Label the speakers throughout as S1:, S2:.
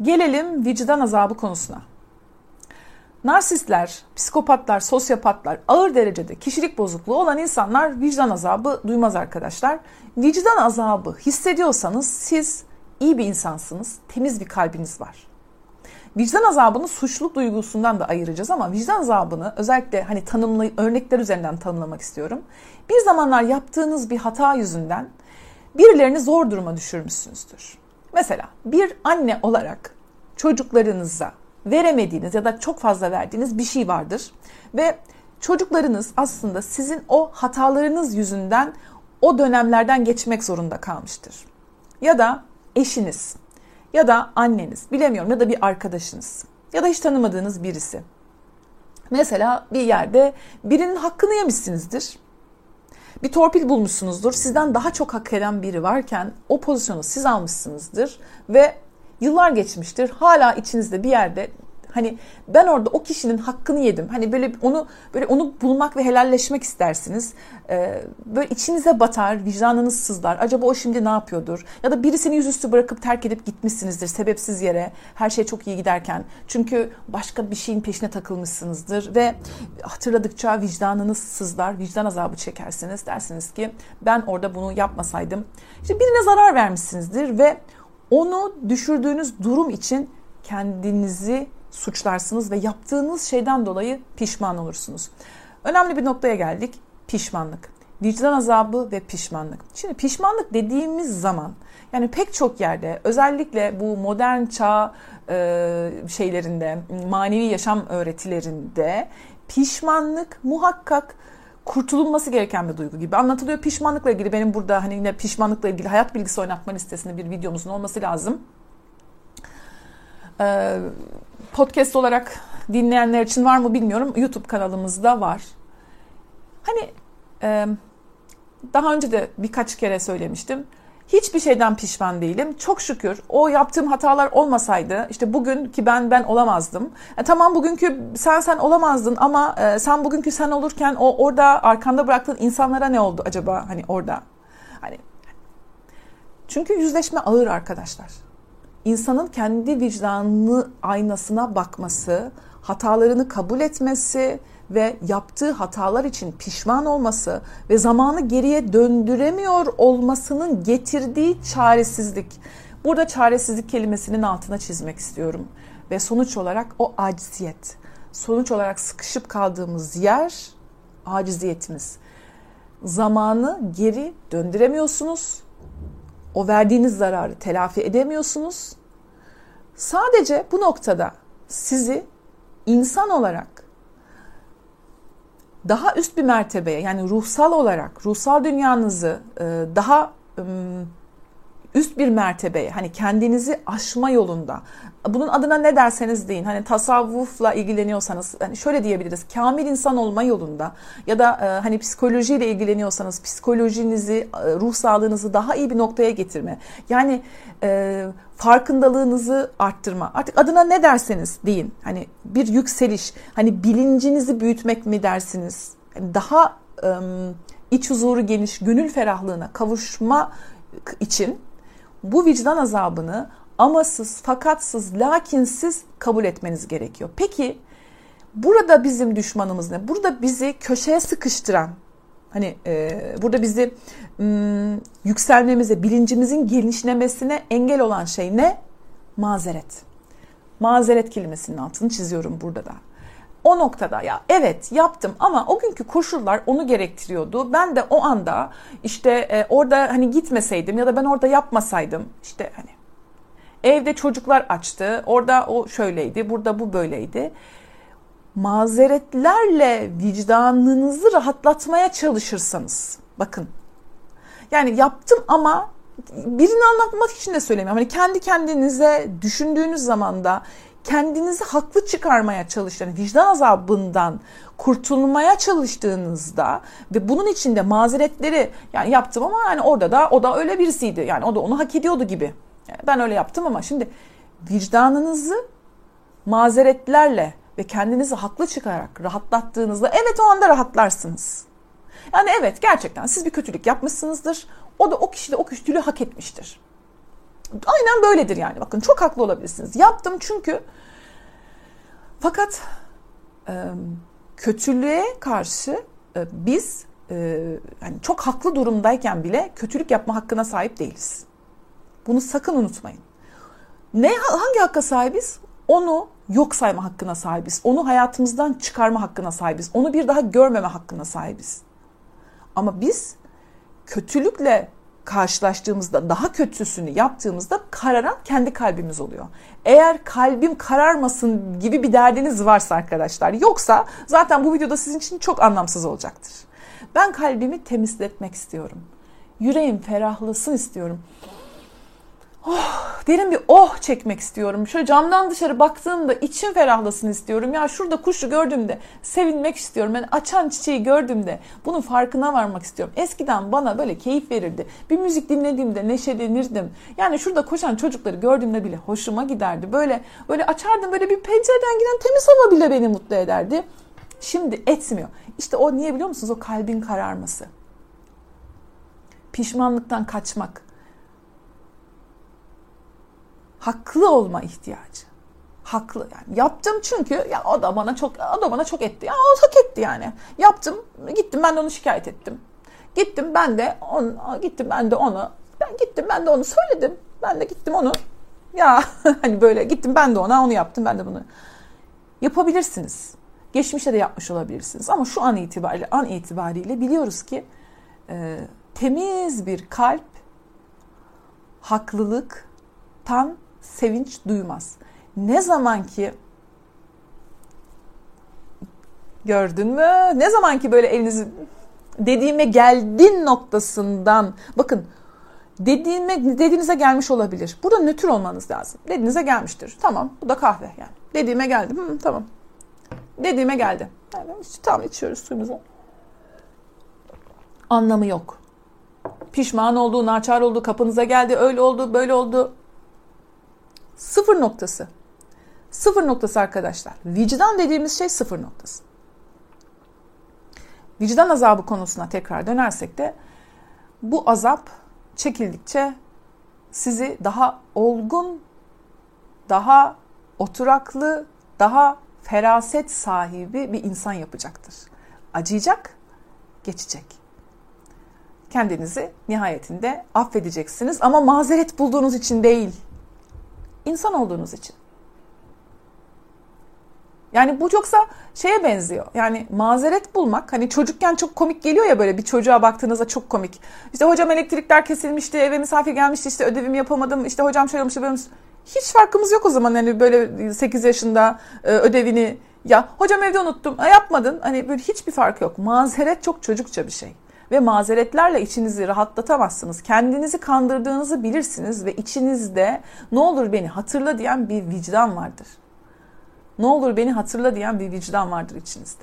S1: Gelelim vicdan azabı konusuna. Narsistler, psikopatlar, sosyopatlar, ağır derecede kişilik bozukluğu olan insanlar vicdan azabı duymaz arkadaşlar. Vicdan azabı hissediyorsanız siz iyi bir insansınız, temiz bir kalbiniz var. Vicdan azabını suçluluk duygusundan da ayıracağız ama vicdan azabını özellikle hani örnekler üzerinden tanımlamak istiyorum. Bir zamanlar yaptığınız bir hata yüzünden birilerini zor duruma düşürmüşsünüzdür. Mesela bir anne olarak çocuklarınıza veremediğiniz ya da çok fazla verdiğiniz bir şey vardır. Ve çocuklarınız aslında sizin o hatalarınız yüzünden o dönemlerden geçmek zorunda kalmıştır. Ya da eşiniz ya da anneniz, bilemiyorum, ya da bir arkadaşınız ya da hiç tanımadığınız birisi. Mesela bir yerde birinin hakkını yemişsinizdir. Bir torpil bulmuşsunuzdur. Sizden daha çok hak eden biri varken o pozisyonu siz almışsınızdır ve yıllar geçmiştir. Hala içinizde bir yerde hani ben orada o kişinin hakkını yedim. Hani böyle onu bulmak ve helalleşmek istersiniz. Böyle içinize batar, vicdanınız sızlar. Acaba o şimdi ne yapıyordur? Ya da birisini yüzüstü bırakıp terk edip gitmişsinizdir sebepsiz yere. Her şey çok iyi giderken. Çünkü başka bir şeyin peşine takılmışsınızdır ve hatırladıkça vicdanınız sızlar, vicdan azabı çekersiniz. Dersiniz ki ben orada bunu yapmasaydım. İşte birine zarar vermişsinizdir ve onu düşürdüğünüz durum için kendinizi suçlarsınız ve yaptığınız şeyden dolayı pişman olursunuz. Önemli bir noktaya geldik. Pişmanlık. Vicdan azabı ve pişmanlık. Şimdi pişmanlık dediğimiz zaman yani pek çok yerde özellikle bu modern çağ şeylerinde, manevi yaşam öğretilerinde pişmanlık muhakkak kurtulunması gereken bir duygu gibi anlatılıyor. Pişmanlıkla ilgili benim burada hani yine pişmanlıkla ilgili hayat bilgisi oynatma listesinde bir videomuzun olması lazım. Podcast olarak dinleyenler için var mı bilmiyorum. YouTube kanalımızda var. Hani daha önce de birkaç kere söylemiştim. Hiçbir şeyden pişman değilim. Çok şükür o yaptığım hatalar olmasaydı işte bugünkü ben olamazdım. Tamam bugünkü sen olamazdın ama sen bugünkü sen olurken orada arkanda bıraktığın insanlara ne oldu acaba hani orada? Hani çünkü yüzleşme ağır arkadaşlar. İnsanın kendi vicdanlı aynasına bakması, hatalarını kabul etmesi ve yaptığı hatalar için pişman olması ve zamanı geriye döndüremiyor olmasının getirdiği çaresizlik. Burada çaresizlik kelimesinin altına çizmek istiyorum. Ve sonuç olarak o aciziyet. Sonuç olarak sıkışıp kaldığımız yer aciziyetimiz. Zamanı geri döndüremiyorsunuz. O verdiğiniz zararı telafi edemiyorsunuz. Sadece bu noktada sizi insan olarak daha üst bir mertebeye yani ruhsal olarak, ruhsal dünyanızı daha üst bir mertebeye hani kendinizi aşma yolunda bunun adına ne derseniz deyin hani tasavvufla ilgileniyorsanız hani şöyle diyebiliriz kamil insan olma yolunda ya da hani psikolojiyle ilgileniyorsanız psikolojinizi ruh sağlığınızı daha iyi bir noktaya getirme yani farkındalığınızı arttırma artık adına ne derseniz deyin hani bir yükseliş hani bilincinizi büyütmek mi dersiniz yani daha iç huzuru geniş gönül ferahlığına kavuşma için bu vicdan azabını amasız, fakatsız, lakinsiz kabul etmeniz gerekiyor. Peki burada bizim düşmanımız ne? Burada bizi köşeye sıkıştıran, hani burada bizi yükselmemize, bilincimizin genişlemesine engel olan şey ne? Mazeret. Mazeret kelimesinin altını çiziyorum burada da. O noktada ya evet yaptım ama o günkü koşullar onu gerektiriyordu. Ben de o anda işte orada hani gitmeseydim ya da ben orada yapmasaydım işte hani evde çocuklar açtı. Orada o şöyleydi, burada bu böyleydi. Mazeretlerle vicdanınızı rahatlatmaya çalışırsanız bakın. Yani yaptım ama birini anlatmak için de söylemiyorum. Hani kendi kendinize düşündüğünüz zaman da kendinizi haklı çıkarmaya çalıştığınız, vicdan azabından kurtulmaya çalıştığınızda ve bunun içinde mazeretleri yani yaptım ama yani orada da o da öyle birisiydi. Yani o da onu hak ediyordu gibi. Yani ben öyle yaptım ama şimdi vicdanınızı mazeretlerle ve kendinizi haklı çıkararak rahatlattığınızda evet o anda rahatlarsınız. Yani evet gerçekten siz bir kötülük yapmışsınızdır. O da o kişi de o kötülüğü hak etmiştir. Aynen böyledir yani. Bakın çok haklı olabilirsiniz. Yaptım çünkü. Fakat kötülüğe karşı biz yani çok haklı durumdayken bile kötülük yapma hakkına sahip değiliz. Bunu sakın unutmayın. Hangi hakka sahibiz? Onu yok sayma hakkına sahibiz. Onu hayatımızdan çıkarma hakkına sahibiz. Onu bir daha görmeme hakkına sahibiz. Ama biz kötülükle karşılaştığımızda, daha kötüsünü yaptığımızda kararan kendi kalbimiz oluyor. Eğer kalbim kararmasın gibi bir derdiniz varsa arkadaşlar, yoksa zaten bu videoda sizin için çok anlamsız olacaktır. Ben kalbimi temizletmek istiyorum. Yüreğim ferahlasın istiyorum. Derin bir çekmek istiyorum. Şöyle camdan dışarı baktığımda içim ferahlasın istiyorum. Ya şurada kuşu gördüğümde sevinmek istiyorum. Yani açan çiçeği gördüğümde bunun farkına varmak istiyorum. Eskiden bana böyle keyif verirdi. Bir müzik dinlediğimde neşelenirdim. Yani şurada koşan çocukları gördüğümde bile hoşuma giderdi. Böyle açardım, böyle bir pencereden giden temiz hava bile beni mutlu ederdi. Şimdi etmiyor. İşte o niye biliyor musunuz? O kalbin kararması. Pişmanlıktan kaçmak. Haklı olma ihtiyacı. Haklı yani. Yaptım çünkü ya o da bana çok etti. Ya o hak etti yani. Yaptım, gittim ben de onu şikayet ettim. Gittim ben de onu söyledim. Ben de gittim onu ya hani böyle gittim ben de onu yaptım, ben de bunu. Yapabilirsiniz. Geçmişte de yapmış olabilirsiniz ama şu an itibariyle biliyoruz ki temiz bir kalp haklılıktan sevinç duymaz. Ne zaman ki gördün mü? Ne zaman ki böyle elinizi dediğime geldin noktasından, bakın dediğinize gelmiş olabilir. Burada nötr olmanız lazım. Dediğinize gelmiştir. Tamam, bu da kahve yani. Dediğime geldi. Tamam. Dediğime geldi. Yani, tamam, içiyoruz suyumuzu. Anlamı yok. Pişman olduğu, naçar olduğu, kapınıza geldi, öyle oldu, böyle oldu. Sıfır noktası. Sıfır noktası arkadaşlar. Vicdan dediğimiz şey sıfır noktası. Vicdan azabı konusuna tekrar dönersek de bu azap çekildikçe sizi daha olgun, daha oturaklı, daha feraset sahibi bir insan yapacaktır. Acıyacak, geçecek. Kendinizi nihayetinde affedeceksiniz ama mazeret bulduğunuz için değil, İnsan olduğunuz için. Yani bu çoksa şeye benziyor. Yani mazeret bulmak, hani çocukken çok komik geliyor ya, böyle bir çocuğa baktığınızda çok komik. İşte hocam elektrikler kesilmişti, eve misafir gelmişti, işte ödevimi yapamadım, işte hocam şöyle olmuştu, böyle olmuştu. Hiç farkımız yok o zaman, hani böyle 8 yaşında ödevini, ya hocam evde unuttum, yapmadın, hani böyle hiçbir fark yok. Mazeret çok çocukça bir şey. Ve mazeretlerle içinizi rahatlatamazsınız. Kendinizi kandırdığınızı bilirsiniz ve içinizde ne olur beni hatırla diyen bir vicdan vardır. Ne olur beni hatırla diyen bir vicdan vardır içinizde.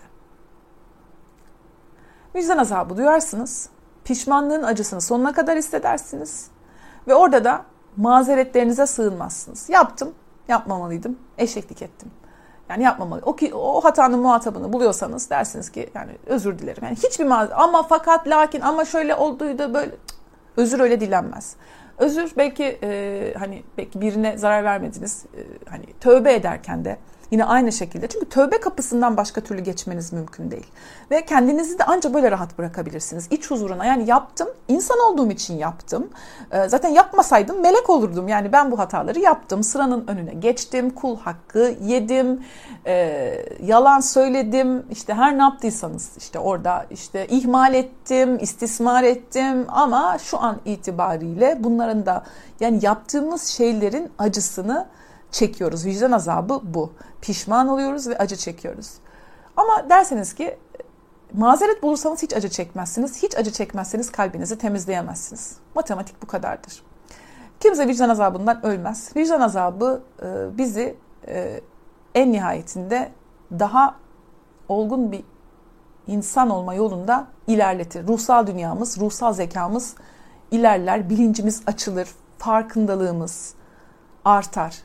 S1: Vicdan azabı duyarsınız. Pişmanlığın acısını sonuna kadar hissedersiniz. Ve orada da mazeretlerinize sığınmazsınız. Yaptım, yapmamalıydım, eşeklik ettim. Yani yapmamalı. O hatanın muhatabını buluyorsanız dersiniz ki yani özür dilerim. Yani hiçbir ama fakat lakin ama şöyle olduydu böyle. Özür öyle dilenmez. Özür belki belki birine zarar vermediniz. Hani tövbe ederken de yine aynı şekilde. Çünkü tövbe kapısından başka türlü geçmeniz mümkün değil. Ve kendinizi de ancak böyle rahat bırakabilirsiniz. İç huzuruna, yani yaptım, insan olduğum için yaptım. Zaten yapmasaydım melek olurdum. Yani ben bu hataları yaptım. Sıranın önüne geçtim. Kul hakkı yedim. Yalan söyledim. İşte her ne yaptıysanız işte orada işte ihmal ettim, istismar ettim. Ama şu an itibariyle bunların da, yani yaptığımız şeylerin acısını çekiyoruz. Vicdan azabı bu. Pişman oluyoruz ve acı çekiyoruz. Ama derseniz ki mazeret bulursanız hiç acı çekmezsiniz. Hiç acı çekmezseniz kalbinizi temizleyemezsiniz. Matematik bu kadardır. Kimse vicdan azabından ölmez. Vicdan azabı bizi en nihayetinde daha olgun bir insan olma yolunda ilerletir. Ruhsal dünyamız, ruhsal zekamız ilerler, bilincimiz açılır, farkındalığımız artar.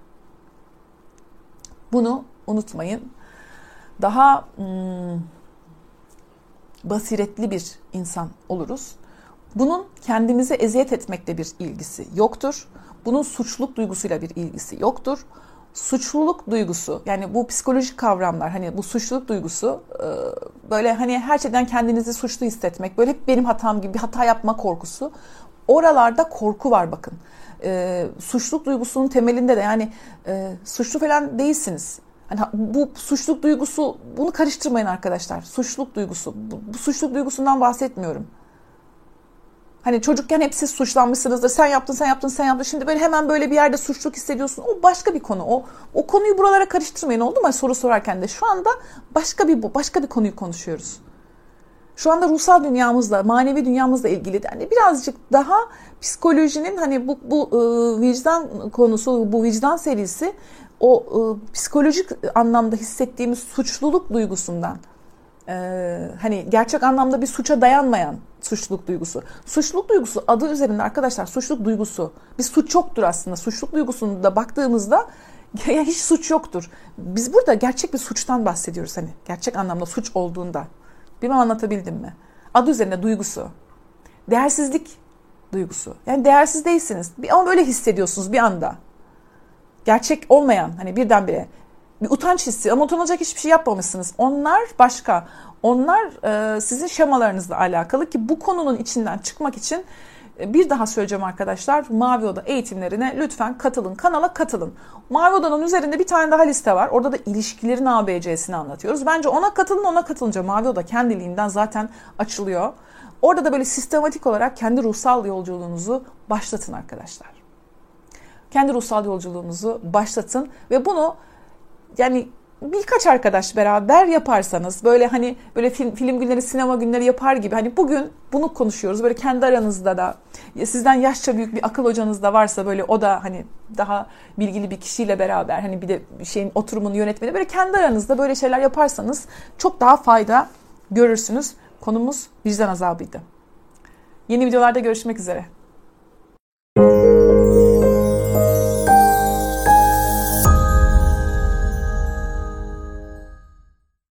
S1: Bunu unutmayın. Daha basiretli bir insan oluruz. Bunun kendimize eziyet etmekle bir ilgisi yoktur. Bunun suçluluk duygusuyla bir ilgisi yoktur. Suçluluk duygusu, yani bu psikolojik kavramlar, hani bu suçluluk duygusu böyle hani her şeyden kendinizi suçlu hissetmek, böyle hep benim hatam gibi bir hata yapma korkusu. Oralarda korku var bakın. Suçluluk duygusunun temelinde de yani suçlu falan değilsiniz. Hani bu suçluluk duygusu, bunu karıştırmayın arkadaşlar. Suçluluk duygusu, bu suçluluk duygusundan bahsetmiyorum. Hani çocukken hep siz suçlanmışsınızdır. Sen yaptın, sen yaptın, sen yaptın. Şimdi böyle hemen böyle bir yerde suçluluk hissediyorsun. O başka bir konu. O konuyu buralara karıştırmayın, oldu mu? Soru sorarken de şu anda başka bir konuyu konuşuyoruz. Şu anda ruhsal dünyamızla, manevi dünyamızla ilgili yani birazcık daha psikolojinin hani bu vicdan konusu, bu vicdan serisi o psikolojik anlamda hissettiğimiz suçluluk duygusundan, hani gerçek anlamda bir suça dayanmayan suçluluk duygusu. Suçluluk duygusu adı üzerinde arkadaşlar, suçluluk duygusu. Bir suç yoktur aslında. Suçluluk duygusunda da baktığımızda hiç suç yoktur. Biz burada gerçek bir suçtan bahsediyoruz, hani gerçek anlamda suç olduğunda. Bilmem anlatabildim mi? Adı üzerinde duygusu. Değersizlik duygusu. Yani değersiz değilsiniz. Ama böyle hissediyorsunuz bir anda. Gerçek olmayan, hani birdenbire bir utanç hissi ama utanılacak hiçbir şey yapmamışsınız. Onlar başka. Onlar sizin şemalarınızla alakalı ki bu konunun içinden çıkmak için bir daha söyleyeceğim arkadaşlar. Mavi Oda eğitimlerine lütfen katılın. Kanala katılın. Mavi Oda'nın üzerinde bir tane daha liste var. Orada da ilişkilerin ABC'sini anlatıyoruz. Bence ona katılın. Ona katılınca Mavi Oda kendiliğinden zaten açılıyor. Orada da böyle sistematik olarak kendi ruhsal yolculuğunuzu başlatın arkadaşlar. Kendi ruhsal yolculuğunuzu başlatın ve bunu yani birkaç arkadaş beraber yaparsanız, böyle hani böyle film günleri, sinema günleri yapar gibi, hani bugün bunu konuşuyoruz. Böyle kendi aranızda da, sizden yaşça büyük bir akıl hocanız da varsa, böyle o da hani daha bilgili bir kişiyle beraber, hani bir de şeyin oturumunu yönetmeni, böyle kendi aranızda böyle şeyler yaparsanız çok daha fayda görürsünüz. Konumuz vicdan azabıydı. Yeni videolarda görüşmek üzere.